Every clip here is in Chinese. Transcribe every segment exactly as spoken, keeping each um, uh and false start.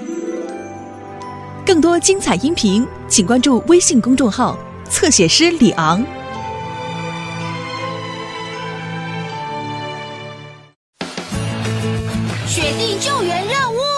更多精彩音频，请关注微信公众号“侧写师李昂”。 雪地救援任务。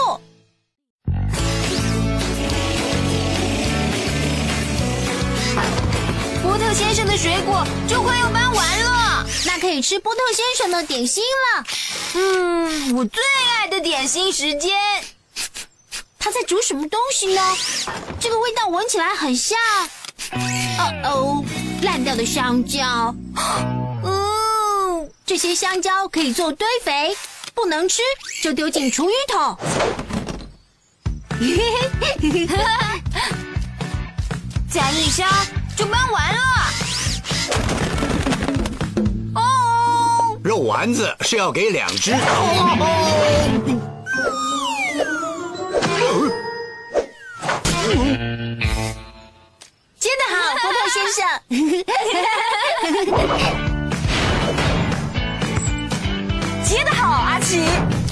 波特先生的水果就快要搬完了，那可以吃波特先生的点心了。嗯，我最爱的点心时间。他在煮什么东西呢？这个味道闻起来很像……哦哦，烂掉的香蕉。嗯，这些香蕉可以做堆肥，不能吃就丢进厨余桶。再一下就搬完了。哦， 肉丸子是要给两只。 接得好，波特先生。 接得好，阿奇。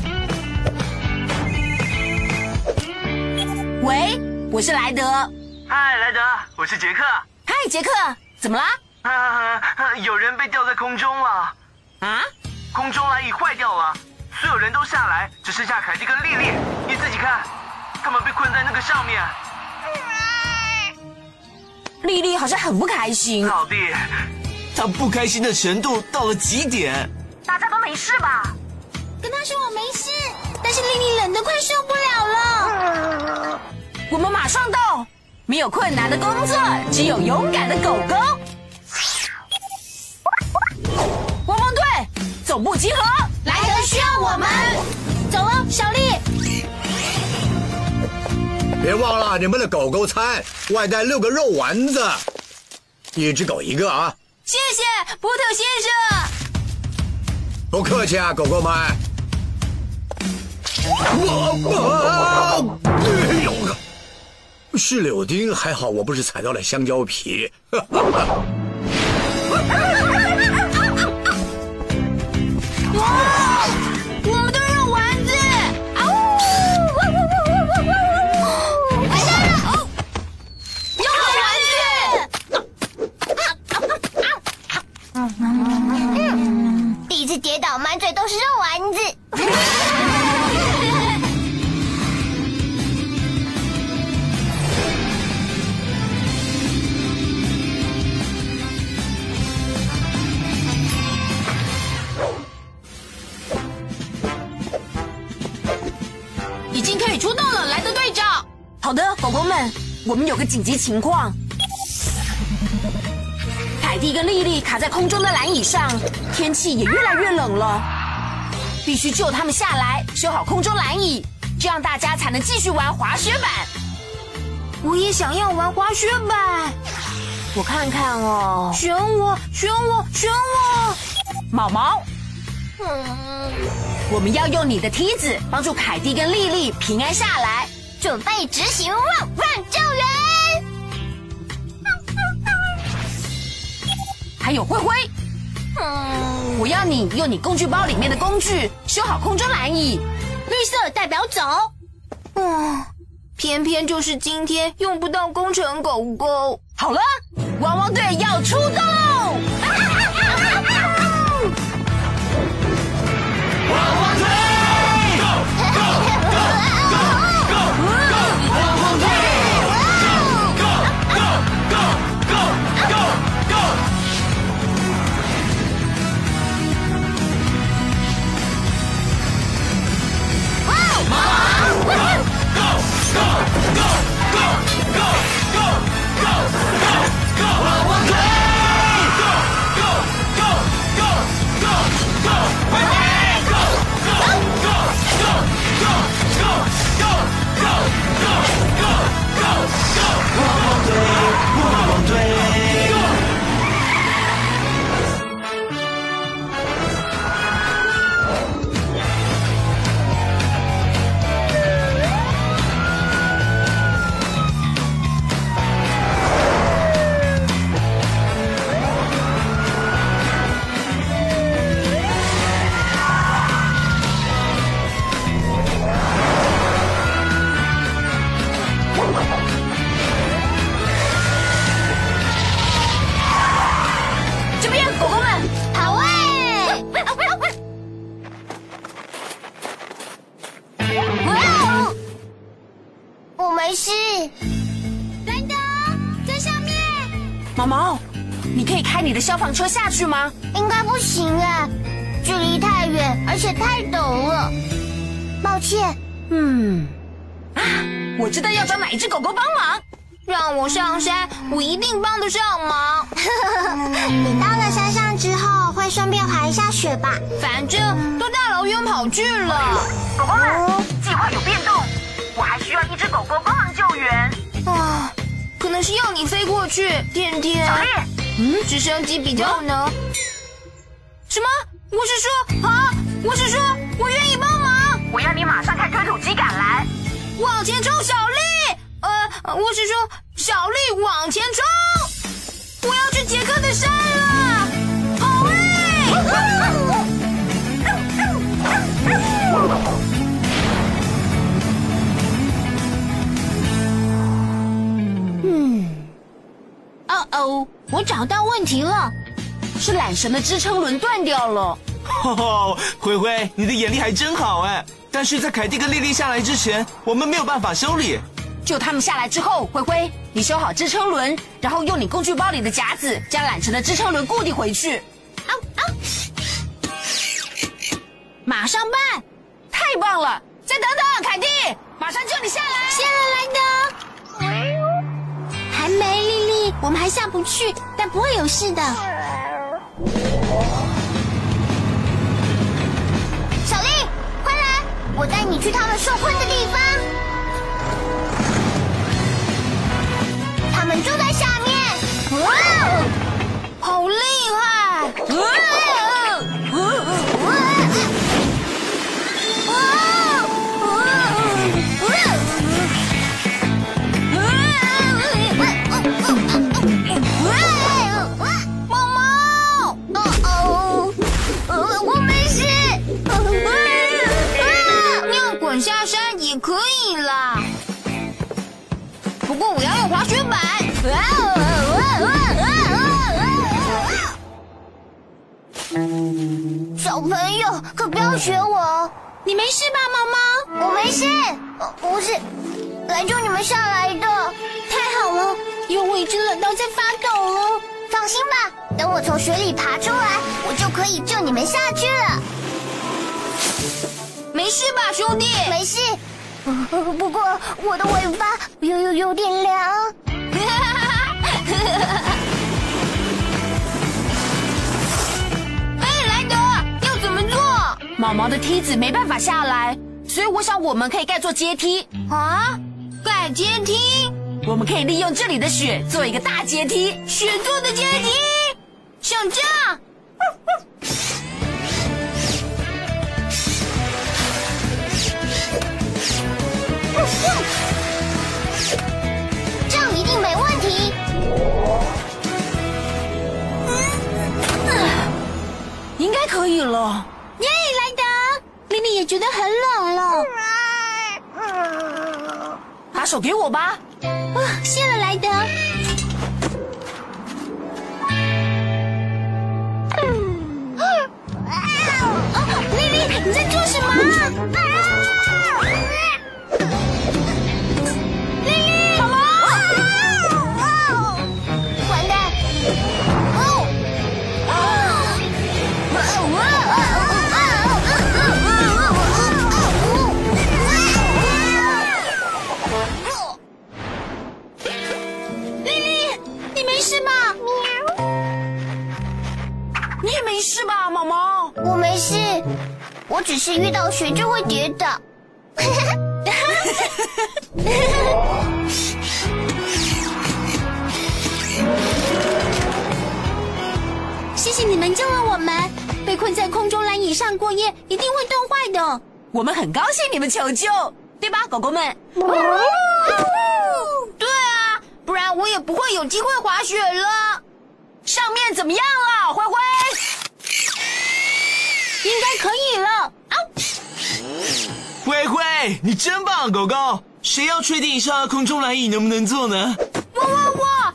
喂，我是莱德。 嗨，莱德，我是杰克。 嗨，杰克，怎么啦？ 啊，有人被吊在空中了。 啊？ 空中缆椅坏掉了，所有人都下来，只剩下凯蒂跟莉莉。你自己看，他们被困在那个上面。 莉莉好像很不开心。 老弟， 她不开心的程度到了极点。 大家都没事吧？ 跟他说我没事，但是莉莉冷得快受不了了。 我们马上到。没有困难的工作，只有勇敢的狗狗。汪汪队，总部集合！ 莱德需要我们。走了，小丽。 别忘了你们的狗狗餐，外带六个肉丸子，一只狗一个啊！ 谢谢波特先生。 不客气啊，狗狗们。我我哎呦！是柳丁，还好我不是踩到了香蕉皮。 哇，我们的肉丸子！啊呜！完蛋了！肉丸子！第一次跌倒，满嘴都是肉丸子。 已经可以出动了，莱德队长。好的，狗狗们，我们有个紧急情况。凯蒂跟莉莉卡在空中的缆椅上，天气也越来越冷了，必须救他们下来，修好空中缆椅，这样大家才能继续玩滑雪板。 我也想要玩滑雪板。 我看看哦， 选我，选我，选我！ 毛毛。 嗯， 我们要用你的梯子帮助凯蒂跟莉莉平安下来， 准备执行旺旺救援。 还有灰灰， 嗯， 我要你用你工具包里面的工具修好空中缆椅。 绿色代表走。嗯，偏偏就是今天用不到工程狗狗。 好了，汪汪队要出动！ 汪汪队 ，Go Go Go Go Go Go！ 汪汪队 ，Go Go Go Go Go Go！ 哇！ Go Go Go Go Go Go Go Go Go！ 汪汪队 ，Go Go Go Go Go Go！ 毛毛，你可以开你的消防车下去吗？ 应该不行哎，距离太远，而且太陡了。抱歉。 嗯，啊，我知道要找哪一只狗狗帮忙。 让我上山，我一定帮得上忙。你到了山上之后，会顺便滑一下雪吧？反正都大老远跑去了。 狗狗们，计划有变动，我还需要一只狗狗帮忙救援。 啊，可能是要你飞过去，天天。 小丽， 嗯，直升机比较能。什么？我是说，啊，我是说，我愿意帮忙。 我要你马上开推土机赶来， 往前冲，小丽。呃，我是说，小丽往前冲！我要去杰克的山了，好嘞！嗯，哦哦，我找到问题了， 是缆绳的支撑轮断掉了。 哦，灰灰，你的眼力还真好哎！但是在凯蒂跟莉莉下来之前，我们没有办法修理。 就他们下来之后，灰灰，你修好支撑轮，然后用你工具包里的夹子将缆绳的支撑轮固定回去。 啊啊！马上办！ 太棒了！再等等，凯蒂，马上救你下来。 谢了，莱德。还没，莉莉，我们还下不去，但不会有事的。小丽，快来，我带你去他们受困的地方。他们就在下面，哇，好厉害！哇，哇，哇，毛毛，哦哦，我没事，你要滚下山也可以啦。不过我要用滑雪板。小朋友，可不要学我！你没事吧，毛毛？我没事，呃、不是来救你们下来的。太好了，因为我已经冷到在发抖了。放心吧，等我从雪里爬出来，我就可以救你们下去了。没事吧，兄弟？没事。不过我的尾巴有有有点凉。哎，莱德，要怎么做？ 毛毛的梯子没办法下来，所以我想我们可以盖做阶梯啊！盖阶梯？ 我们可以利用这里的雪做一个大阶梯， 雪做的阶梯，像这样。这样一定没问题。 应该可以了。 耶，莱德，莉莉也觉得很冷了。 把手给我吧。 啊，谢了，莱德。莉莉，你在做什么？莉莉，毛毛，完蛋！哦，莉莉，你没事吗？ 你也没事吧，毛毛？ 我没事，我只是遇到雪就会跌倒。谢谢你们救了我们。被困在空中缆椅上过夜，一定会冻坏的。 我们很高兴你们求救，对吧，狗狗们？ 对啊，不然我也不会有机会滑雪了。 上面怎么样了，灰灰？ 应该可以了。啊！ 灰灰，你真棒，狗狗。谁要确定一下空中缆椅能不能坐呢？ 我我我！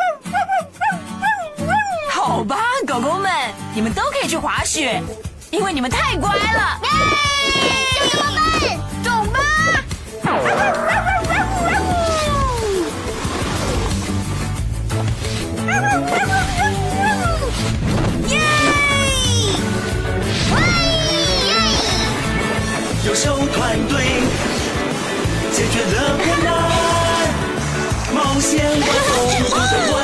好吧，狗狗们，你们都可以去滑雪，因为你们太乖了。 耶！这怎么办？走吧！ 解决了困难，冒险玩风筝的我。